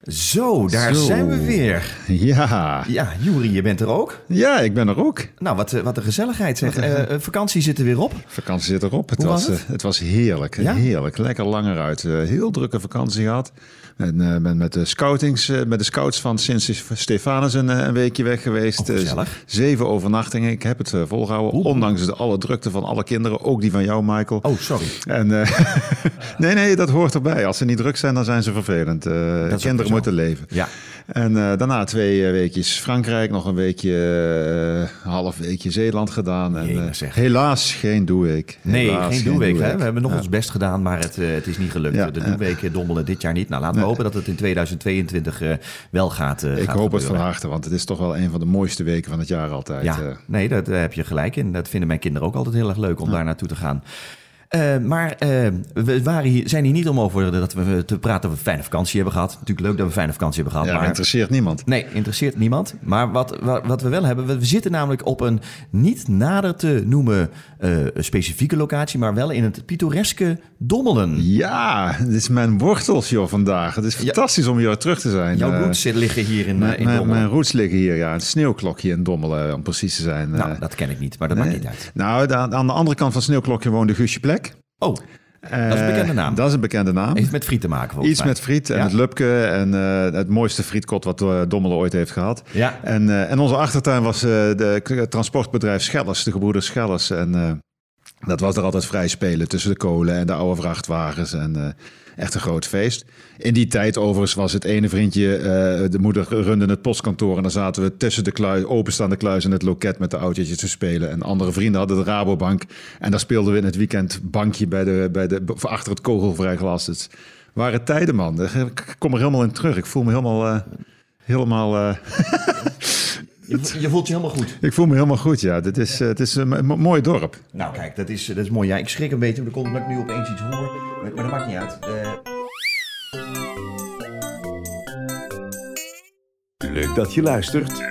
Zo, daar zijn we weer. Ja. Ja, Joeri, je bent er ook? Ja, ik ben er ook. Nou, wat een gezelligheid zeg. Vakantie zit er weer op. Vakantie zit erop. Hoe was het? Het was heerlijk. Ja? Heerlijk. Lekker langer uit. Heel drukke vakantie gehad. En ben met de scouts van Sint-Stefanus een weekje weg geweest. 7 overnachtingen. Ik heb het volgehouden. Ondanks alle drukte van alle kinderen. Ook die van jou, Michael. Oh, sorry. En, nee, dat hoort erbij. Als ze niet druk zijn, dan zijn ze vervelend. Kinderen moeten leven. Ja. En daarna 2 weekjes Frankrijk, nog een weekje, half weekje Zeeland gedaan. En helaas geen doeweek. Nee, geen doeweek. We hebben nog ons best gedaan, maar het is niet gelukt. Ja, de doeweek dommelen dit jaar niet. Nou, laten we hopen dat het in 2022 wel gaat Ik hoop gebeuren. het van harte, want het is toch wel een van de mooiste weken van het jaar altijd. Ja, nee, daar heb je gelijk in. Dat vinden mijn kinderen ook altijd heel erg leuk om daar naartoe te gaan. Maar we zijn hier niet om over dat we te praten over een fijne vakantie hebben gehad. Natuurlijk leuk dat we een fijne vakantie hebben gehad. Ja, maar interesseert niemand. Nee, interesseert niemand. Maar wat we wel hebben, we zitten namelijk op een niet nader te noemen specifieke locatie, maar wel in het pittoreske Dommelen. Ja, dit is mijn wortels, joh, vandaag. Het is fantastisch om hier terug te zijn. Jouw roots liggen hier in Dommelen. Mijn roots liggen hier, ja. Een sneeuwklokje in Dommelen, om precies te zijn. Nou, dat ken ik niet, maar dat maakt niet uit. Nou, aan de andere kant van het sneeuwklokje woonde Guusje Plek. Oh, dat is een bekende naam. Dat is een bekende naam. Heeft met friet te maken, volgens Iets mij. met friet en het Lupke en het mooiste frietkot wat Dommelen ooit heeft gehad. Ja. En onze achtertuin was het transportbedrijf Schellers, de gebroeders Schellers. En dat was er altijd vrij spelen tussen de kolen en de oude vrachtwagens. En echt een groot feest. In die tijd overigens was het ene vriendje, de moeder runde het postkantoor. En dan zaten we tussen de openstaande kluis en het loket met de autootjes te spelen. En andere vrienden hadden de Rabobank. En daar speelden we in het weekend bankje achter het kogelvrij glas. Het waren tijden, man. Ik kom er helemaal in terug. Ik voel me helemaal Je voelt je helemaal goed. Ik voel me helemaal goed, ja. Het is een mooi dorp. Nou kijk, dat is mooi. Ja, ik schrik een beetje, omdat ik nu opeens iets hoor. Maar dat maakt niet uit. Leuk dat je luistert.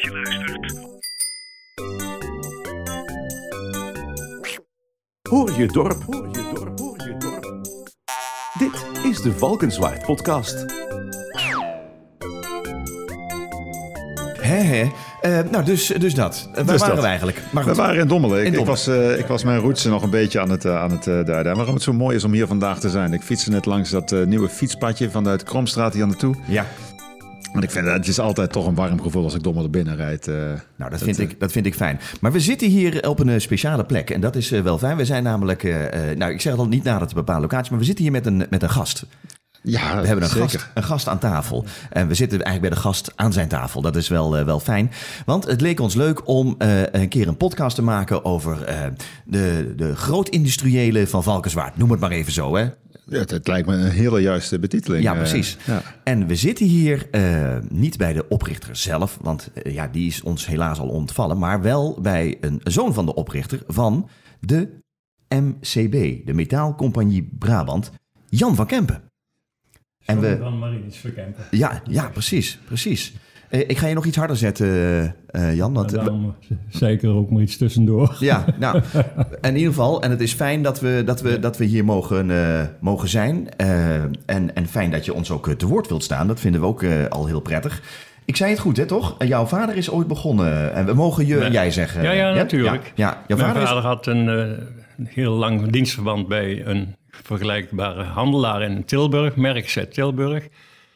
Hoor je dorp. Dit is de Valkenswaard podcast. Nou, dus dat. Waar waren we eigenlijk? Maar goed. We waren in Dommelen. In Ik was mijn roots nog een beetje aan het duiden. Waarom het zo mooi is om hier vandaag te zijn. Ik fietste net langs dat nieuwe fietspadje vanuit Kromstraat hier naartoe. Ja. Want ik vind het is altijd toch een warm gevoel als ik Dommelen binnenrijd. Nou, dat vind ik fijn. Maar we zitten hier op een speciale plek. En dat is wel fijn. We zijn namelijk, ik zeg het al niet nader te bepalen locatie, maar we zitten hier met een gast. Ja, we hebben zeker. een gast aan tafel. En we zitten eigenlijk bij de gast aan zijn tafel. Dat is wel fijn. Want het leek ons leuk om een keer een podcast te maken over de grootindustriële van Valkenswaard. Noem het maar even zo, hè? Ja, het lijkt me een hele juiste betiteling. Ja, precies. Ja. En we zitten hier niet bij de oprichter zelf, want die is ons helaas al ontvallen, maar wel bij een zoon van de oprichter van de MCB, de Metaalcompagnie Brabant, Jan van Kempen. En van Marinus Verkempen. Ja, precies. Ik ga je nog iets harder zetten, Jan. Want, daarom zeker ook maar iets tussendoor. Ja, nou, in ieder geval. En het is fijn dat we hier mogen zijn. En fijn dat je ons ook te woord wilt staan. Dat vinden we ook al heel prettig. Ik zei het goed, hè, toch? Jouw vader is ooit begonnen. En we mogen je en jij zeggen. Ja, natuurlijk. Ja. Mijn vader had een heel lang dienstverband bij een vergelijkbare handelaar in Tilburg, Merckx Tilburg.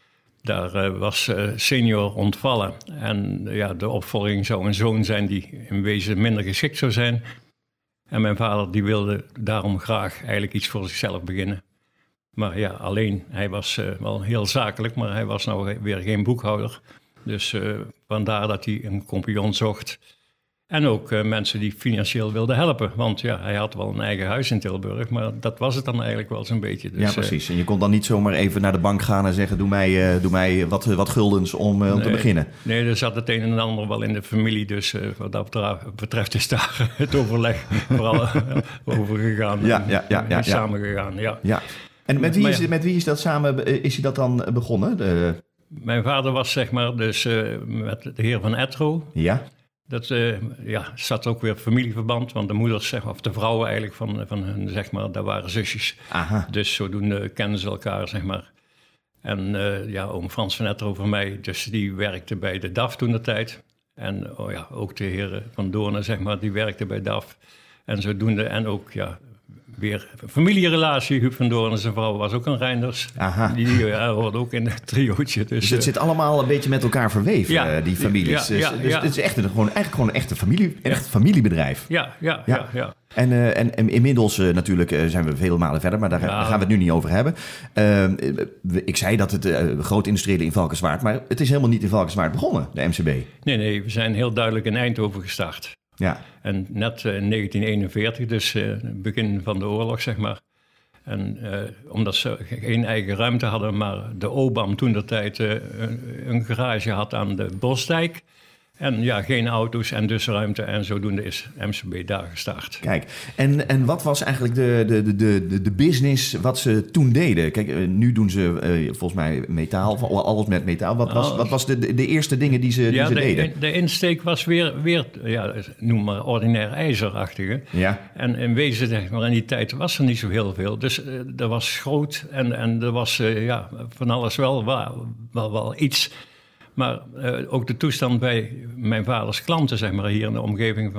Daar was senior ontvallen. En de opvolging zou een zoon zijn die in wezen minder geschikt zou zijn. En mijn vader die wilde daarom graag eigenlijk iets voor zichzelf beginnen. Maar alleen, hij was wel heel zakelijk, maar hij was nou weer geen boekhouder. Dus vandaar dat hij een compagnon zocht. En ook mensen die financieel wilden helpen. Want hij had wel een eigen huis in Tilburg, maar dat was het dan eigenlijk wel zo'n beetje. Dus, ja, precies. En je kon dan niet zomaar even naar de bank gaan en zeggen, doe mij wat guldens om te beginnen. Nee, er zat het een en ander wel in de familie. Dus wat dat betreft is daar het overleg vooral over gegaan. Ja. Samen gegaan, ja. En met wie is dat samen, is hij dat dan begonnen? Mijn vader was zeg maar dus met de heer Van Etro. Ja. Dat zat ook weer familieverband, want de moeders, of de vrouwen eigenlijk van hun, zeg maar, dat waren zusjes. Aha. Dus zodoende kennen ze elkaar, zeg maar. En oom Frans van Etter over mij, dus die werkte bij de DAF toen de tijd. En ook de heren van Doornen, zeg maar, die werkte bij DAF. En zodoende, en ook weer een familierelatie. Huub van Doornen, zijn vrouw was ook een Reinders. Aha. Die hoorde ook in het triootje. Dus het zit allemaal een beetje met elkaar verweven, die families. Ja, dus het is echt eigenlijk gewoon een echte echt familiebedrijf. Ja. En inmiddels natuurlijk zijn we vele malen verder, maar daar gaan we het nu niet over hebben. Ik zei dat het groot industriële in Valkenswaard, maar het is helemaal niet in Valkenswaard begonnen, de MCB. Nee, we zijn heel duidelijk in Eindhoven gestart. Ja. En net in 1941, dus begin van de oorlog, zeg maar. En omdat ze geen eigen ruimte hadden, maar de OBAM toen de tijd een garage had aan de Bosdijk. En geen auto's en dus ruimte. En zodoende is MCB daar gestart. Kijk, en wat was eigenlijk de business wat ze toen deden? Kijk, nu doen ze volgens mij metaal, alles met metaal. Wat was de eerste dingen die ze deden? De insteek was weer noem maar ordinair ijzerachtige. Ja. En in wezen, zeg maar, in die tijd was er niet zo heel veel. Dus er was schroot en er was van alles wel iets. Maar ook de toestand bij mijn vaders klanten, zeg maar, hier in de omgeving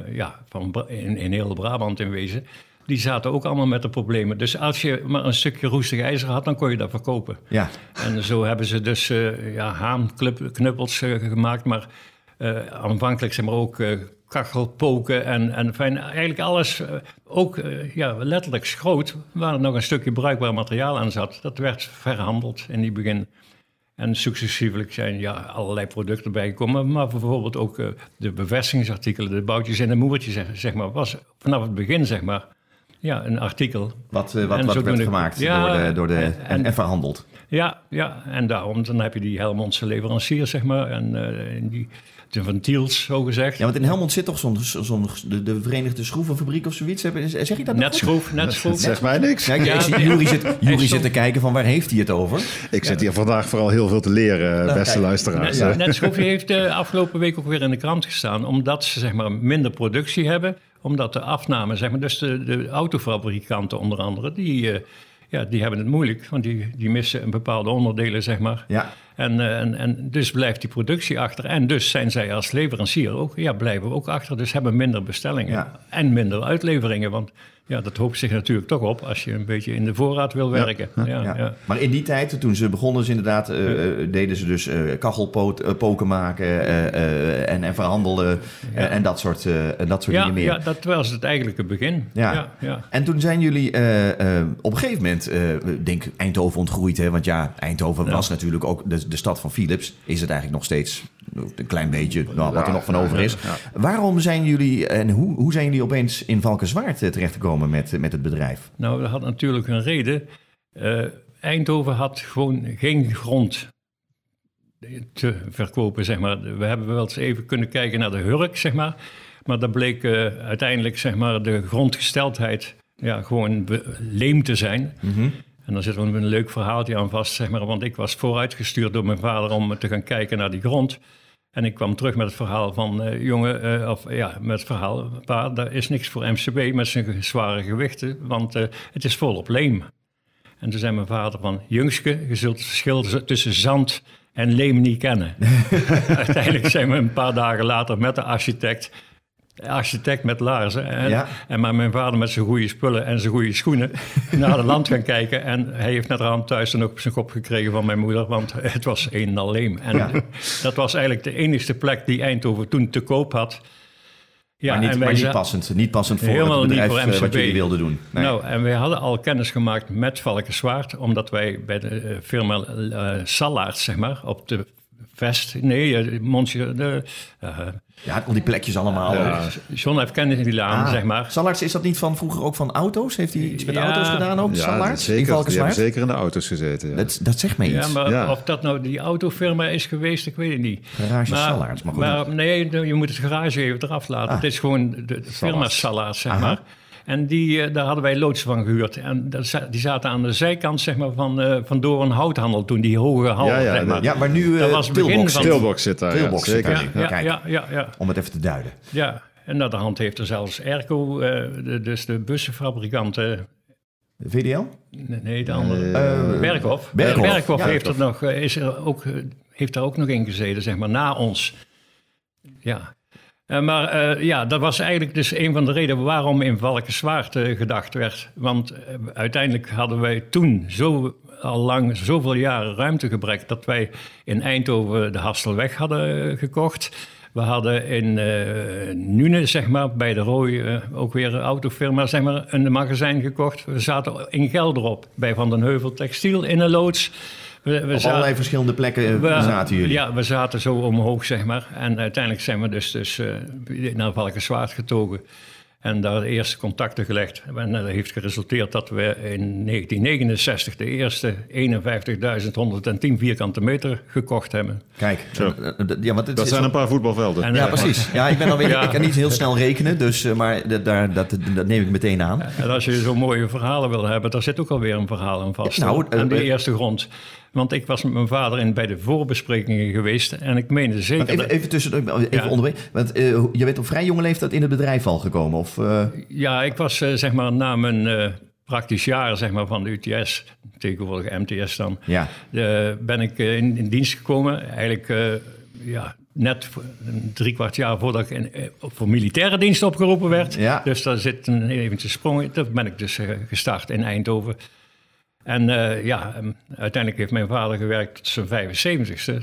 in heel Brabant in wezen, die zaten ook allemaal met de problemen. Dus als je maar een stukje roestig ijzer had, dan kon je dat verkopen. Ja. En zo hebben ze dus haanknuppels gemaakt, maar aanvankelijk zeg maar ook kachelpoken en eigenlijk alles, ook letterlijk schroot, waar er nog een stukje bruikbaar materiaal aan zat. Dat werd verhandeld in die begin. En successievelijk zijn allerlei producten bijgekomen. Maar bijvoorbeeld ook de bevestigingsartikelen, de boutjes en de moertjes, zeg maar, was vanaf het begin, zeg maar, een artikel. Wat werd gemaakt en verhandeld. Ja, en daarom dan heb je die Helmondse leveranciers, zeg maar, en de ventiels, zo gezegd. Ja, want in Helmond zit toch de Verenigde Schroevenfabriek of zoiets? Zeg je dat Netschroef. Dat zegt mij niks. Ja, Jury zit te kijken van waar heeft hij het over? Ik zit hier vandaag vooral heel veel te leren, beste luisteraars. Netschroef heeft de afgelopen week ook weer in de krant gestaan, omdat ze, zeg maar, minder productie hebben, omdat de afname, zeg maar, dus de autofabrikanten onder andere, die hebben het moeilijk, want die missen een bepaalde onderdelen, zeg maar. Ja. En dus blijft die productie achter. En dus zijn zij als leverancier ook, blijven we ook achter. Dus hebben minder bestellingen en minder uitleveringen. Want dat hoopt zich natuurlijk toch op als je een beetje in de voorraad wil werken. Ja. Maar in die tijd, toen ze begonnen, inderdaad, deden ze dus kachelpoken maken en verhandelen en dat soort dingen meer. Ja, dat was het eigenlijke begin. Ja. En toen zijn jullie op een gegeven moment, denk Eindhoven ontgroeid, hè? Want Eindhoven was natuurlijk ook de stad van Philips. Is het eigenlijk nog steeds een klein beetje wat er nog van over is. Ja. Waarom zijn jullie en hoe zijn jullie opeens in Valkenswaard terechtgekomen met het bedrijf? Nou, dat had natuurlijk een reden. Eindhoven had gewoon geen grond te verkopen, zeg maar. We hebben wel eens even kunnen kijken naar de Hurk, zeg maar. Maar dat bleek uiteindelijk, zeg maar, de grondgesteldheid gewoon leem te zijn. Mm-hmm. En daar zit wel een leuk verhaaltje aan vast, zeg maar. Want ik was vooruitgestuurd door mijn vader om te gaan kijken naar die grond. En ik kwam terug met het verhaal van, met het verhaal, pa, daar is niks voor MCB met zijn zware gewichten, want het is volop leem. En toen zei mijn vader van, jongske, je zult het verschil tussen zand en leem niet kennen. Uiteindelijk zijn we een paar dagen later met de architect met laarzen en maar mijn vader met zijn goede spullen en zijn goede schoenen naar het land gaan kijken. En hij heeft net thuis dan ook op zijn kop gekregen van mijn moeder, want het was een en al leem. En dat was eigenlijk de enige plek die Eindhoven toen te koop had. Ja, maar niet passend voor het bedrijf wat jullie wilden doen. Nee. Nou, en wij hadden al kennis gemaakt met Valkenswaard, omdat wij bij de firma Sallaerts, zeg maar, op de al die plekjes allemaal. John heeft kennis in die laan, zeg maar. Sallaerts, is dat niet vroeger ook van auto's? Heeft hij iets met auto's gedaan ook, Sallaerts? Zeker, die hebben zeker in de auto's gezeten. Ja. Dat zegt mij iets. Ja, maar of dat nou die autofirma is geweest, ik weet het niet. Garage Sallaerts. Maar nee, je moet het garage even eraf laten. Het is gewoon de firma Sallaerts, zeg maar. En daar hadden wij loodsen van gehuurd. En die zaten aan de zijkant, zeg maar, van door een houthandel toen, die hoge hal. Zeg maar. Ja, maar nu Tilbox zit daar. Tilbox zeker. Ja. Om het even te duiden. Ja, en naar de hand heeft er zelfs Erco, dus de bussenfabrikant, VDL? Nee, de andere. Berghoff. Berghoff. Berghoff Ja, heeft er nog, heeft daar ook nog in gezeten, zeg maar, na ons. Ja. Maar dat was eigenlijk dus een van de redenen waarom in Valkenswaard gedacht werd. Want uiteindelijk hadden wij toen al lang zoveel jaren ruimtegebrek dat wij in Eindhoven de Hastelweg hadden gekocht. We hadden in Nune, zeg maar, bij de Rooi, ook weer een autofirma, zeg maar, een magazijn gekocht. We zaten in Gelderop bij Van den Heuvel Textiel in een loods. Op allerlei verschillende plekken zaten jullie. Ja, we zaten zo omhoog, zeg maar. En uiteindelijk zijn we dus naar Valkenswaard getogen. En daar de eerste contacten gelegd. En dat heeft geresulteerd dat we in 1969 de eerste 51.110 vierkante meter gekocht hebben. Kijk, dat zijn een paar voetbalvelden. En, ja, precies. Ja, ik kan niet heel snel rekenen, dus, maar dat neem ik meteen aan. En als je zo'n mooie verhalen wil hebben, daar zit ook alweer een verhaal aan vast. Nou, aan de eerste grond. Want ik was met mijn vader bij de voorbesprekingen geweest en ik meende zeker... Even onderweg, want je bent op vrij jonge leeftijd in het bedrijf al gekomen? Of, Ja, ik was zeg maar na mijn praktisch jaar zeg maar, van de UTS, tegenwoordig MTS dan, ben ik in dienst gekomen. Eigenlijk net 3/4 jaar voordat ik voor militaire dienst opgeroepen werd. Ja. Dus daar zit eventjes sprong. Toen ben ik dus gestart in Eindhoven. En uiteindelijk heeft mijn vader gewerkt tot zijn 75ste.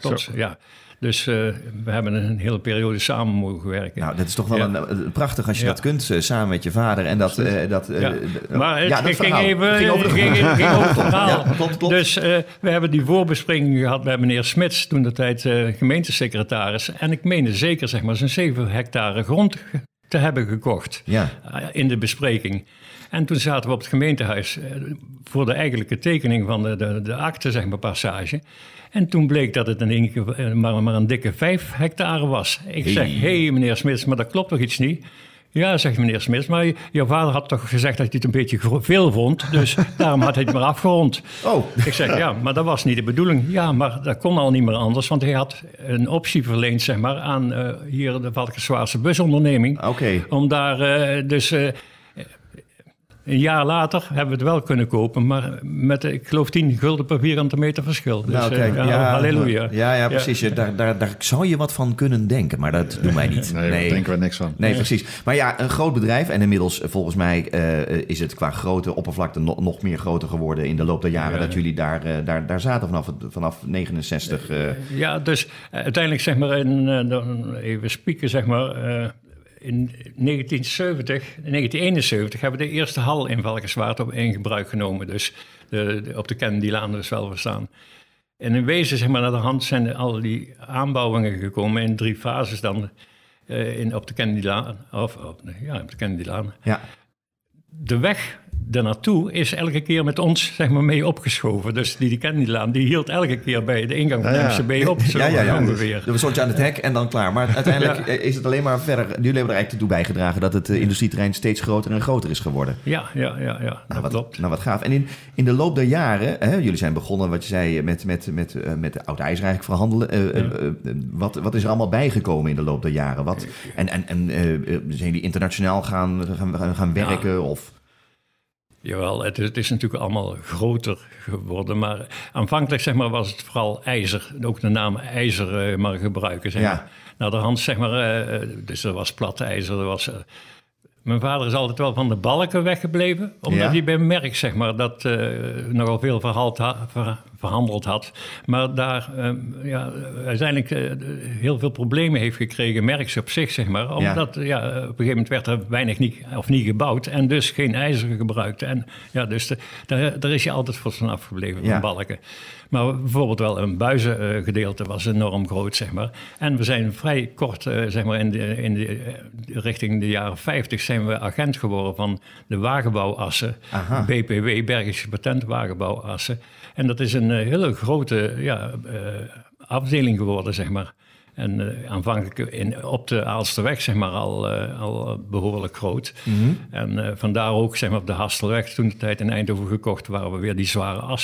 Dus we hebben een hele periode samen mogen werken. Nou, dat is toch wel een prachtig als je dat kunt, samen met je vader. En Maar het ging over het verhaal. Ja, klopt. Dus we hebben die voorbespreking gehad bij meneer Smits, toen de tijd gemeentesecretaris. En ik meende zeker zeg maar zo'n 7 hectare grond te hebben gekocht in de bespreking. En toen zaten we op het gemeentehuis voor de eigenlijke tekening van de akte, zeg maar, passage. En toen bleek dat het maar een dikke 5 hectare was. Ik zeg, meneer Smits, maar dat klopt toch iets niet? Ja, zegt meneer Smits, maar je vader had toch gezegd dat hij het een beetje veel vond. Dus daarom had hij het maar afgerond. Oh. Ik zeg, ja, maar dat was niet de bedoeling. Ja, maar dat kon al niet meer anders. Want hij had een optie verleend, zeg maar, aan hier de Valkenswaardse busonderneming. Oké. Om daar een jaar later hebben we het wel kunnen kopen, maar met, ik geloof, 10 gulden per vierkante meter verschil. Dus, kijk, halleluja. Ja, precies. Ja. Daar zou je wat van kunnen denken, maar dat doen wij niet. Nee, daar denken we niks van. Nee, precies. Maar ja, een groot bedrijf en inmiddels volgens mij is het qua grote oppervlakte nog meer groter geworden in de loop der jaren dat jullie daar zaten vanaf 69. Ja, dus uiteindelijk zeg maar, even spieken zeg maar... in 1971 hebben we de eerste hal in Valkenswaard in gebruik genomen. Dus op de Kennedylaan dus wel verstaan. En in wezen, zeg maar, naar de hand zijn al die aanbouwingen gekomen in 3 fases dan op de Kennedylaan. Op de Kennedylaan. Ja. De weg daarnaartoe is elke keer met ons zeg maar, mee opgeschoven. Dus die Kennedylaan, die hield elke keer bij de ingang van MCB op. Ongeveer. Er stond je aan het hek en dan klaar. Maar uiteindelijk is het alleen maar verder... Jullie hebben er eigenlijk toe bijgedragen dat het industrieterrein steeds groter en groter is geworden. Ja, dat klopt. Nou, wat gaaf. En in de loop der jaren, jullie zijn begonnen, wat je zei, met de oud ijzer eigenlijk verhandelen. Wat is er allemaal bijgekomen in de loop der jaren? En zijn jullie internationaal gaan werken of... Jawel, het is natuurlijk allemaal groter geworden. Maar aanvankelijk zeg maar, was het vooral ijzer. Ook de naam ijzer maar gebruiken. Zeg maar. Nou, de hand, zeg maar, dus er was plat ijzer. Mijn vader is altijd wel van de balken weggebleven. Omdat hij bij Merck, zeg maar, dat nogal veel verhandeld had. Maar daar uiteindelijk heel veel problemen heeft gekregen. Merck op zich, zeg maar. Omdat op een gegeven moment werd er weinig niet gebouwd. En dus geen ijzer gebruikt. En dus daar is je altijd van afgebleven, van balken. Maar bijvoorbeeld wel een buizengedeelte was enorm groot, zeg maar. En we zijn vrij kort, zeg maar, richting de jaren 50 zijn we agent geworden van de wagenbouwassen. Aha. BPW, Belgische Patent Wagenbouwassen. En dat is een hele grote afdeling geworden, zeg maar. En aanvankelijk op de Aalsterweg, zeg maar, al behoorlijk groot. Mm-hmm. En vandaar ook, zeg maar, op de Hastelweg, toen de tijd in Eindhoven gekocht, waar we weer die zware assen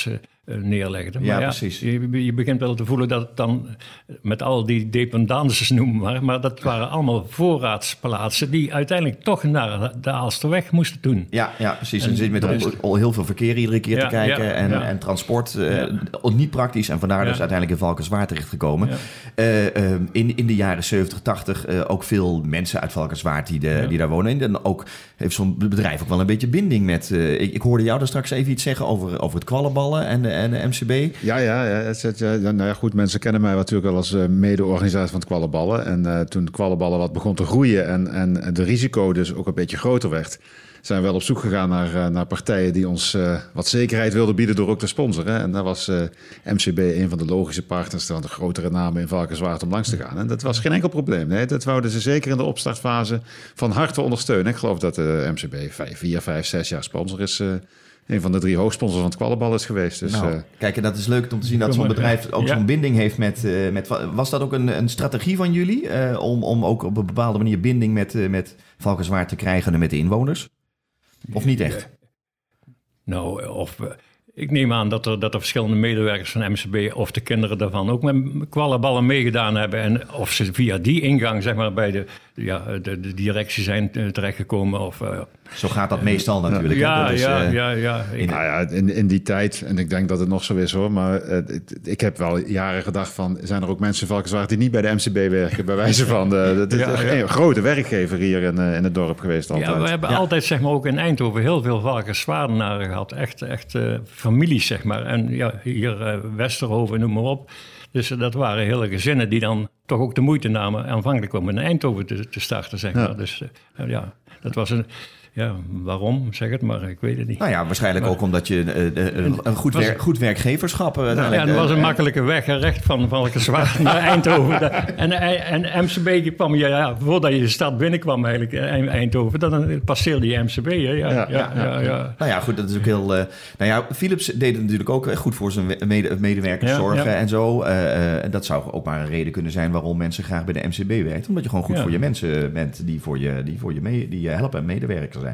neerlegde. Maar Ja, precies. Je begint wel te voelen dat het dan met al die dependances noemen maar dat waren allemaal voorraadsplaatsen die uiteindelijk toch naar de Aalsterweg moesten doen. Ja, precies. En er zit met al heel veel verkeer iedere keer te kijken en transport niet praktisch. En vandaar dus uiteindelijk in Valkenswaard terechtgekomen. Ja. In de jaren 70, 80 ook veel mensen uit Valkenswaard die daar wonen. En ook heeft zo'n bedrijf ook wel een beetje binding met... Ik hoorde jou daar straks even iets zeggen over het kwallenballen en de MCB. Ja, goed, mensen kennen mij natuurlijk al als mede-organisator van het kwallenballen. En toen het kwallenballen wat begon te groeien en de risico dus ook een beetje groter werd, zijn we wel op zoek gegaan naar partijen die ons wat zekerheid wilden bieden door ook te sponsoren. En daar was MCB een van de logische partners, de grotere namen in Valkenswaard om langs te gaan. En dat was geen enkel probleem. Nee, dat wouden ze zeker in de opstartfase van harte ondersteunen. Ik geloof dat de MCB 4, 5, 6 jaar sponsor is. Een van de 3 hoofdsponsors van het kwallenbal is geweest. Dus, kijk, en dat is leuk om te zien dat zo'n bedrijf ook zo'n binding heeft met... Was dat ook een strategie van jullie? Om ook op een bepaalde manier binding met Valkenswaard te krijgen en met de inwoners? Of niet echt? Ik neem aan dat er verschillende medewerkers van MCB of de kinderen daarvan ook met kwallenballen meegedaan hebben. En of ze via die ingang zeg maar, bij de directie zijn terechtgekomen. Zo gaat dat meestal natuurlijk. In die tijd, en ik denk dat het nog zo is hoor, maar ik heb wel jaren gedacht van, zijn er ook mensen in Valkenswaard die niet bij de MCB werken, bij wijze van. Het is een grote werkgever hier in het dorp geweest altijd. Ja, we hebben altijd zeg maar ook in Eindhoven heel veel Valkenswaardenaren gehad. Echt families zeg maar. En hier Westerhoven, noem maar op. Dus dat waren hele gezinnen die dan toch ook de moeite namen aanvankelijk om in Eindhoven te starten, zeg maar. Dus dat was een... Ja, waarom? Zeg het maar, ik weet het niet. Nou ja, waarschijnlijk ook omdat je een goed werkgeverschap... het was een makkelijke weg, recht van Valkenswaard naar Eindhoven. En MCB kwam voordat je de stad binnenkwam eigenlijk, Eindhoven, dan passeerde je MCB. Nou ja, goed, dat is ook heel... Philips deed het natuurlijk ook goed voor zijn medewerkers zorgen en zo. En dat zou ook maar een reden kunnen zijn waarom mensen graag bij de MCB werken. Omdat je gewoon goed voor je mensen bent die helpen en medewerkers zijn.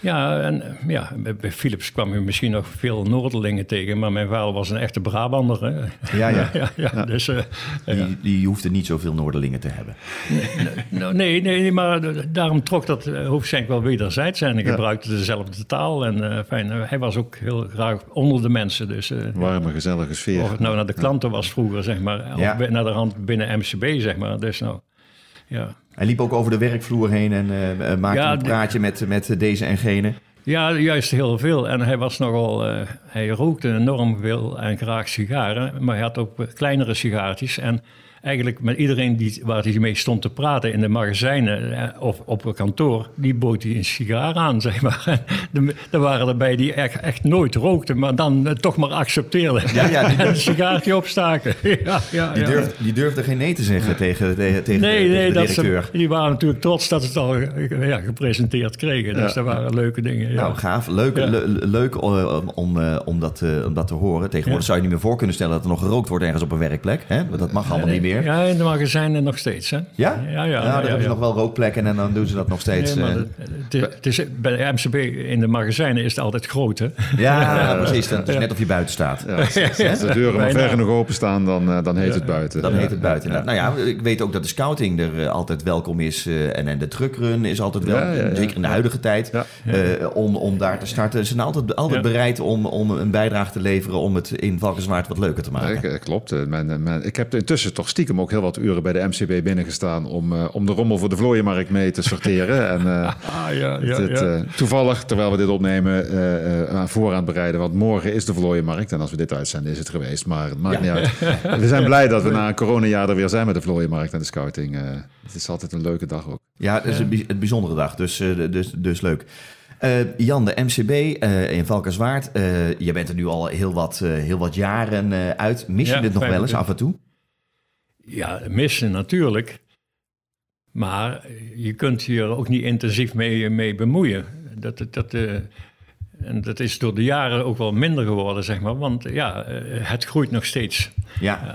Bij Philips kwam je misschien nog veel Noorderlingen tegen, maar mijn vader was een echte Brabander. Hè? Dus, die hoefde niet zoveel Noorderlingen te hebben. Nee, maar daarom trok dat hoofdzakelijk wel wederzijds en ik gebruikte dezelfde taal. En hij was ook heel graag onder de mensen. Dus, warme, gezellige sfeer. Of het nou naar de klanten was vroeger, zeg maar, of naar de hand binnen MCB, zeg maar. Dus Hij liep ook over de werkvloer heen en maakte een praatje met deze en gene. Ja, juist heel veel. En hij was hij rookte enorm veel en graag sigaren. Maar hij had ook kleinere sigaartjes. En eigenlijk met iedereen waar hij mee stond te praten in de magazijnen of op een kantoor, die bood hij een sigaar aan, zeg maar. Er waren erbij die echt nooit rookten, maar dan toch maar accepteerden. En een sigaartje opstaken. Die durfde geen nee te zeggen tegen de directeur. Die waren natuurlijk trots dat ze het al gepresenteerd kregen. Dus dat waren leuke dingen. Nou, gaaf. Leuk om dat te horen. Tegenwoordig zou je niet meer voor kunnen stellen dat er nog gerookt wordt ergens op een werkplek. Hè? Dat mag allemaal niet meer. Ja, in de magazijnen nog steeds. Hè? Ja? Dan hebben ze nog wel rookplekken en dan doen ze dat nog steeds. Bij de MCB in de magazijnen is het altijd groot, hè? Ja, precies. Het is net of je buiten staat. Als de deuren maar ver genoeg openstaan, dan heet het buiten. Dan heet het buiten. Nou ja, ik weet ook dat de scouting er altijd welkom is. En de trucrun is altijd welkom. Zeker in de huidige tijd. Om daar te starten. Ze zijn altijd bereid om een bijdrage te leveren om het in Valkenswaard wat leuker te maken. Ja, klopt. Ik heb intussen toch stiekem ook heel wat uren bij de MCB binnengestaan om de rommel voor de vlooienmarkt mee te sorteren. En toevallig, terwijl we dit opnemen, voor aan het bereiden, want morgen is de vlooienmarkt. En als we dit uitzenden is het geweest, maar het maakt niet uit. We zijn blij dat we na een coronajaar er weer zijn met de vlooienmarkt en de scouting. Het is altijd een leuke dag ook. Ja, het is een bijzondere dag, dus leuk. Jan, de MCB in Valkenswaard, je bent er nu al heel wat jaren uit. Mis je dit nog wel eens af en toe? Ja, missen natuurlijk. Maar je kunt hier ook niet intensief mee bemoeien. En dat is door de jaren ook wel minder geworden, zeg maar. Want het groeit nog steeds. Ja.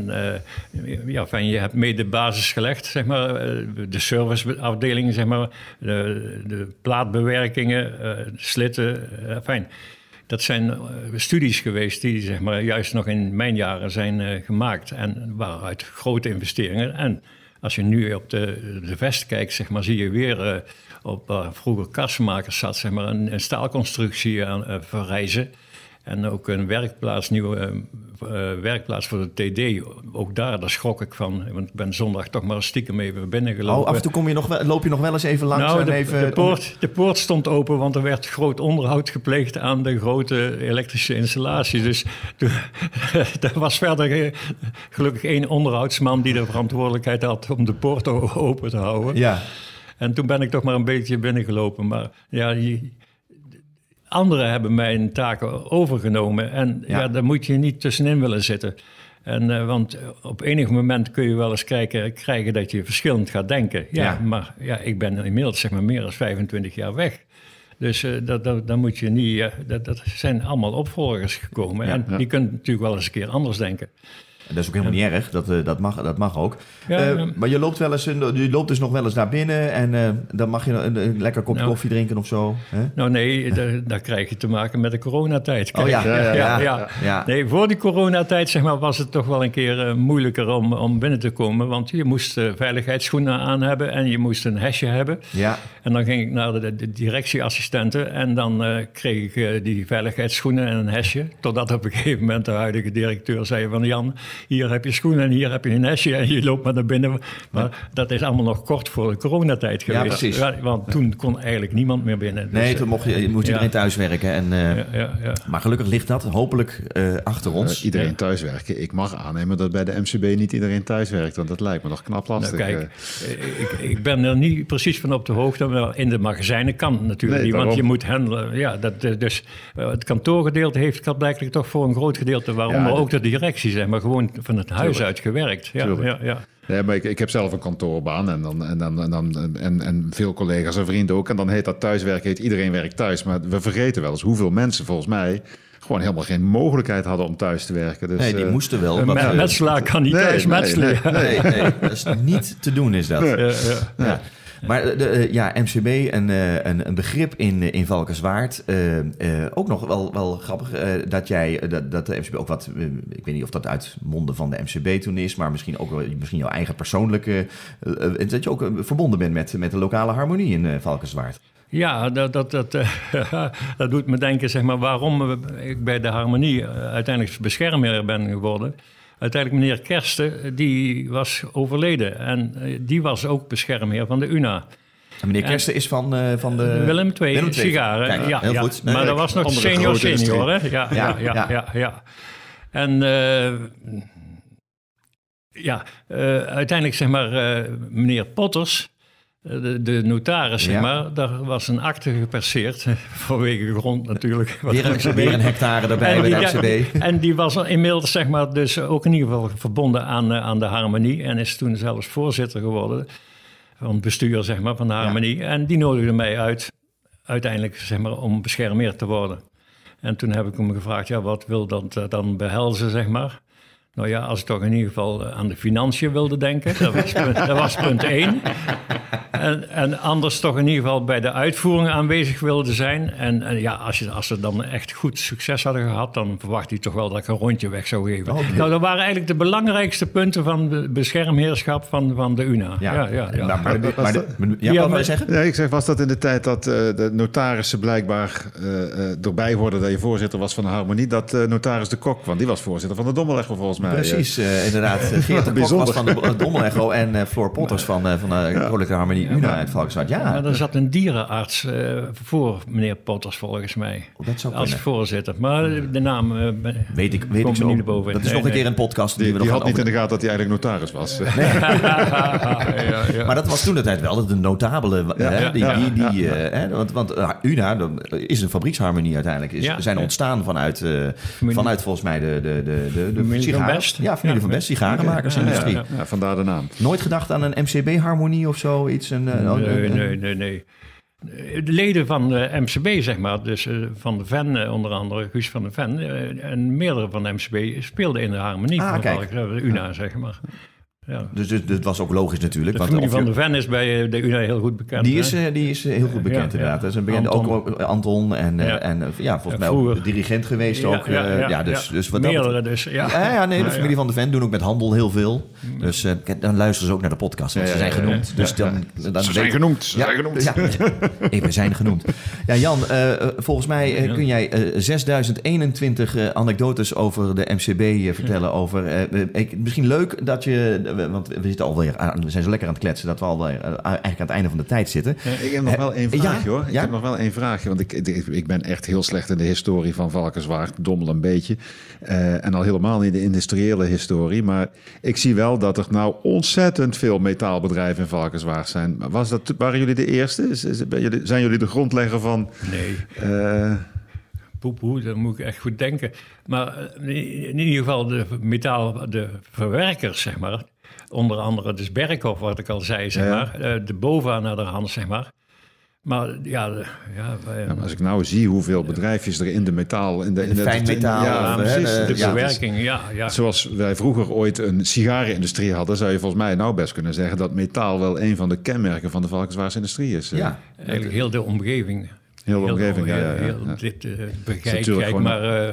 Je hebt mee de basis gelegd, zeg maar. De serviceafdelingen, zeg maar. De plaatbewerkingen, slitten, fijn. Dat zijn studies geweest die zeg maar, juist nog in mijn jaren zijn gemaakt. En waaruit grote investeringen. En als je nu op de vest kijkt, zeg maar, zie je weer op waar vroeger kassenmakers zat, zeg maar, een staalconstructie aan verrijzen. En ook een nieuwe werkplaats voor de TD. Ook daar schrok ik van. Want ik ben zondag toch maar stiekem even binnengelopen. Oh, af en toe loop je nog wel eens even langs. Nou, en de poort stond open, want er werd groot onderhoud gepleegd aan de grote elektrische installatie. Dus er was verder gelukkig 1 onderhoudsman die de verantwoordelijkheid had om de poort open te houden. Ja. En toen ben ik toch maar een beetje binnengelopen. Maar ja, anderen hebben mijn taken overgenomen. En ja, daar moet je niet tussenin willen zitten. Want op enig moment kun je wel eens krijgen dat je verschillend gaat denken. Ja. Maar ja, ik ben inmiddels zeg maar meer dan 25 jaar weg. Dus dan moet je niet... dat zijn allemaal opvolgers gekomen. En die kunnen natuurlijk wel eens een keer anders denken. En dat is ook helemaal niet erg, dat mag ook. Maar je loopt dus nog wel eens naar binnen en dan mag je een lekker kopje koffie drinken of zo. Hè? Nou nee, daar krijg je te maken met de coronatijd. Kijk. Oh ja. Nee, voor die coronatijd zeg maar, was het toch wel een keer moeilijker om binnen te komen. Want je moest veiligheidsschoenen aan hebben en je moest een hesje hebben. Ja. En dan ging ik naar de directieassistenten en dan kreeg ik die veiligheidsschoenen en een hesje. Totdat op een gegeven moment de huidige directeur zei van Jan, hier heb je schoenen en hier heb je een hesje en je loopt maar naar binnen. Maar dat is allemaal nog kort voor de coronatijd geweest. Ja, precies. Want toen kon eigenlijk niemand meer binnen. Dus, nee, toen moest iedereen thuiswerken. Maar gelukkig ligt dat hopelijk achter ons. Iedereen thuiswerken. Ik mag aannemen dat bij de MCB niet iedereen thuiswerkt. Want dat lijkt me nog knap lastig. Nou, kijk, ik ben er niet precies van op de hoogte. Maar in de magazijnen kan het natuurlijk niet. Want je moet handelen. Ja, dus het kantoorgedeelte heeft blijkbaar toch voor een groot gedeelte. Waaronder ook de directie zijn. Maar gewoon van het huis uit gewerkt. Ja. Nee, maar ik heb zelf een kantoorbaan en veel collega's en vrienden ook. En dan heet dat thuiswerken, iedereen werkt thuis. Maar we vergeten wel eens hoeveel mensen volgens mij gewoon helemaal geen mogelijkheid hadden om thuis te werken. Dus, nee, die moesten wel. Een metselaar kan niet thuis metselen. Nee, dat is niet te doen is dat. Ja. Maar MCB, een begrip in Valkenswaard. Ook nog wel grappig dat de MCB ook wat... ik weet niet of dat uit monden van de MCB toen is... maar misschien jouw eigen persoonlijke... dat je ook verbonden bent met de lokale harmonie in Valkenswaard. Ja, dat doet me denken, zeg maar, waarom ik bij de harmonie uiteindelijk beschermheer ben geworden... Uiteindelijk meneer Kersten, die was overleden. En die was ook beschermheer van de UNA. En meneer Kersten is van de... Willem II, sigaren. Kijk, heel goed. Maar dat was nog senior, hè? Ja. En uiteindelijk, zeg maar, meneer Potters... De notaris, zeg maar, daar was een akte geperceerd, vanwege grond natuurlijk. Weer een hectare erbij bij de MCB. En die was inmiddels, zeg maar, dus ook in ieder geval verbonden aan de harmonie. En is toen zelfs voorzitter geworden van het bestuur, zeg maar, van de harmonie. Ja. En die nodigde mij uit, uiteindelijk, zeg maar, om beschermheer te worden. En toen heb ik hem gevraagd, wat wil dat dan behelzen, zeg maar. Nou ja, als ik toch in ieder geval aan de financiën wilde denken. Dat was punt 1. En anders toch in ieder geval bij de uitvoering aanwezig wilde zijn. En als ze dan echt goed succes hadden gehad... dan verwacht hij toch wel dat ik een rondje weg zou geven. Okay. Nou, dat waren eigenlijk de belangrijkste punten van de beschermheerschap van de UNA. Wat wil je zeggen? Ja, ik zeg, was dat in de tijd dat de notarissen blijkbaar erbij hoorden... dat je voorzitter was van de harmonie... dat notaris de Kok, want die was voorzitter van de Dommelego volgens mij. Precies, inderdaad. Geert de Kok was van de Dommelego en Floor Potters van de Koninklijke Harmonie UNA uit Valkenswaard. Ja, maar er zat een dierenarts voor meneer Potters volgens mij. Dat zou als voorzitter. Maar de naam weet ik zo. Niet boven. Dat is nog een keer een podcast. Die had niet in de gaten dat hij eigenlijk notaris was. Maar dat was toen de tijd wel de notabele. Want UNA is een fabrieksharmonie uiteindelijk. Zijn ontstaan vanuit volgens mij de sigaren. Familie van Best, sigarenmakersindustrie. Ja, vandaar de naam. Nooit gedacht aan een MCB-harmonie of zoiets? Nee. De leden van de MCB, zeg maar, dus van de Ven, onder andere Guus van de Ven... en meerdere van de MCB speelden in de harmonie van de UNA, zeg maar. Ja. Dus het was ook logisch natuurlijk. De familie van de Ven is bij de UNA heel goed bekend. Die is heel goed bekend inderdaad. Dat is een bekende ook Anton en volgens mij ook dirigent geweest ook. Dus wat meerdere dat, dus. De familie van de Ven doen ook met handel heel veel. Dus dan luisteren ze ook naar de podcast. Want ze zijn genoemd. Dus ze zijn genoemd. We zijn genoemd. Ja, Jan, volgens mij kun jij 6021 anekdotes over de MCB vertellen. Misschien leuk dat je... Want we zitten alweer we zijn zo lekker aan het kletsen dat we alweer eigenlijk aan het einde van de tijd zitten. Ik heb nog wel één vraagje hoor. Ik heb nog wel één vraagje, want ik ben echt heel slecht in de historie van Valkenswaard. Dommel een beetje. En al helemaal niet de industriële historie. Maar ik zie wel dat er nou ontzettend veel metaalbedrijven in Valkenswaard zijn. Waren jullie de eerste? Zijn jullie de grondlegger van... Nee. Poepoe, dat moet ik echt goed denken. Maar in ieder geval de verwerkers, zeg maar. Onder andere dus Berkhoff, wat ik al zei, zeg maar. De BOVA naar de hand, zeg maar. Maar maar als ik nou zie hoeveel bedrijfjes er in de metaal... In de fijnmetaal. De bewerking, Zoals wij vroeger ooit een sigarenindustrie hadden... zou je volgens mij nou best kunnen zeggen... dat metaal wel een van de kenmerken van de Valkenswaardse industrie is. Ja, eigenlijk heel de omgeving. Heel de omgeving, Dit bekijk, maar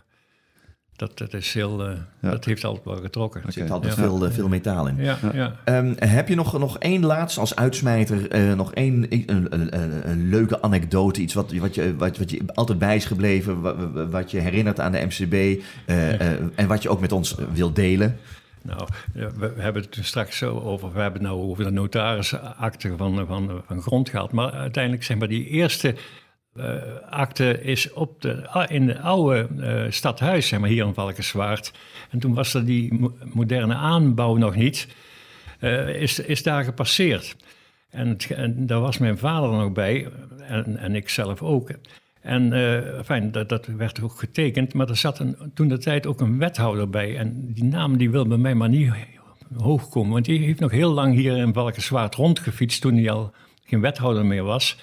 dat is heel... Dat heeft altijd wel getrokken. Er zit altijd veel metaal in. Ja. Heb je nog één laatst als uitsmijter... nog één een leuke anekdote? Iets wat je altijd bij is gebleven... wat je herinnert aan de MCB... en wat je ook met ons wilt delen? Nou, we hebben het straks zo over... We hebben het nou over de notarisakte van grond gehad. Maar uiteindelijk, zeg maar, die eerste... akte is in het oude stadhuis, zeg maar, hier in Valkenswaard. En toen was er die moderne aanbouw nog niet. Is daar gepasseerd. En daar was mijn vader nog bij. En ik zelf ook. En dat werd ook getekend. Maar er zat toen de tijd ook een wethouder bij. En die naam die wil bij mij maar niet hoog komen. Want die heeft nog heel lang hier in Valkenswaard rondgefietst... toen hij al geen wethouder meer was...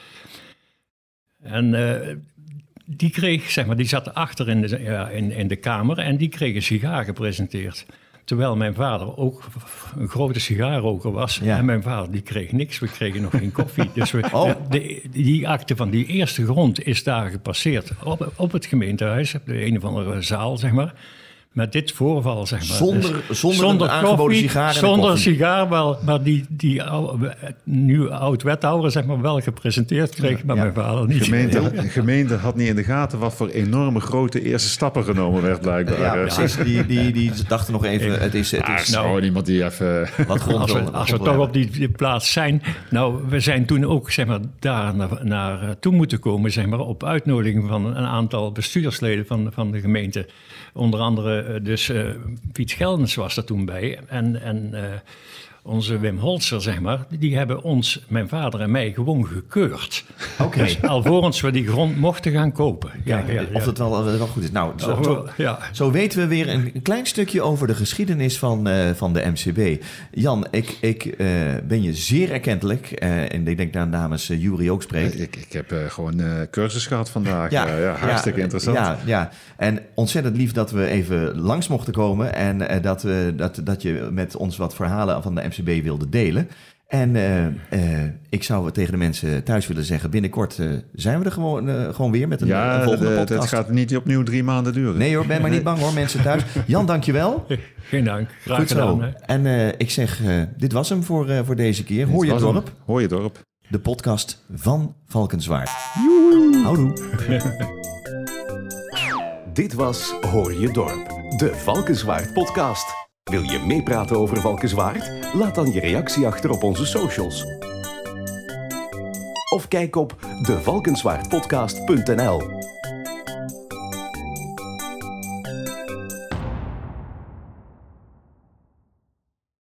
En die kreeg, zeg maar, die zat achter in de kamer en die kreeg een sigaar gepresenteerd. Terwijl mijn vader ook een grote sigaarroker was. Ja. En mijn vader die kreeg niks, we kregen nog geen koffie. Dus die akte van die eerste grond is daar gepasseerd. Op het gemeentehuis, op de een of andere zaal, zeg maar. Met dit voorval, zeg maar. Zonder aangeboden koffie, sigaar. Zonder sigaar, maar die nu oud-wethouder, zeg maar, wel gepresenteerd kreeg, maar mijn vader niet. De gemeente had niet in de gaten wat voor enorme grote eerste stappen genomen werd, blijkbaar. Ja, precies. Die dachten nog even, het is nou iemand die even... Wat grond als we toch op die plaats zijn. Nou, we zijn toen ook, zeg maar, daar naartoe moeten komen, zeg maar, op uitnodiging van een aantal bestuursleden van de gemeente. Onder andere Piet Geldens was er toen bij. En onze Wim Holzer, zeg maar, die hebben ons, mijn vader en mij, gewoon gekeurd. Okay. Dus alvorens we die grond mochten gaan kopen. Of het wel goed is. Nou, zo weten we weer een klein stukje over de geschiedenis van de MCB. Jan, ik ben je zeer erkentelijk. En ik denk dat namens Jury ook spreekt. Ik heb gewoon cursus gehad vandaag. Hartstikke interessant. Ja. En ontzettend lief dat we even langs mochten komen. En dat je met ons wat verhalen van de MCB wilde delen. En ik zou tegen de mensen thuis willen zeggen... binnenkort zijn we er gewoon weer met een volgende podcast. Het gaat niet opnieuw 3 maanden duren. Nee hoor, ben maar niet bang hoor, mensen thuis. Jan, dankjewel. Geen dank. Graag goed gedaan. Zo. En ik zeg, dit was hem voor deze keer. Hoor je dorp? De podcast van Valkenswaard. Houdoe. Dit was Hoor je dorp, de Valkenswaard podcast. Wil je meepraten over Valkenswaard? Laat dan je reactie achter op onze socials. Of kijk op devalkenswaardpodcast.nl.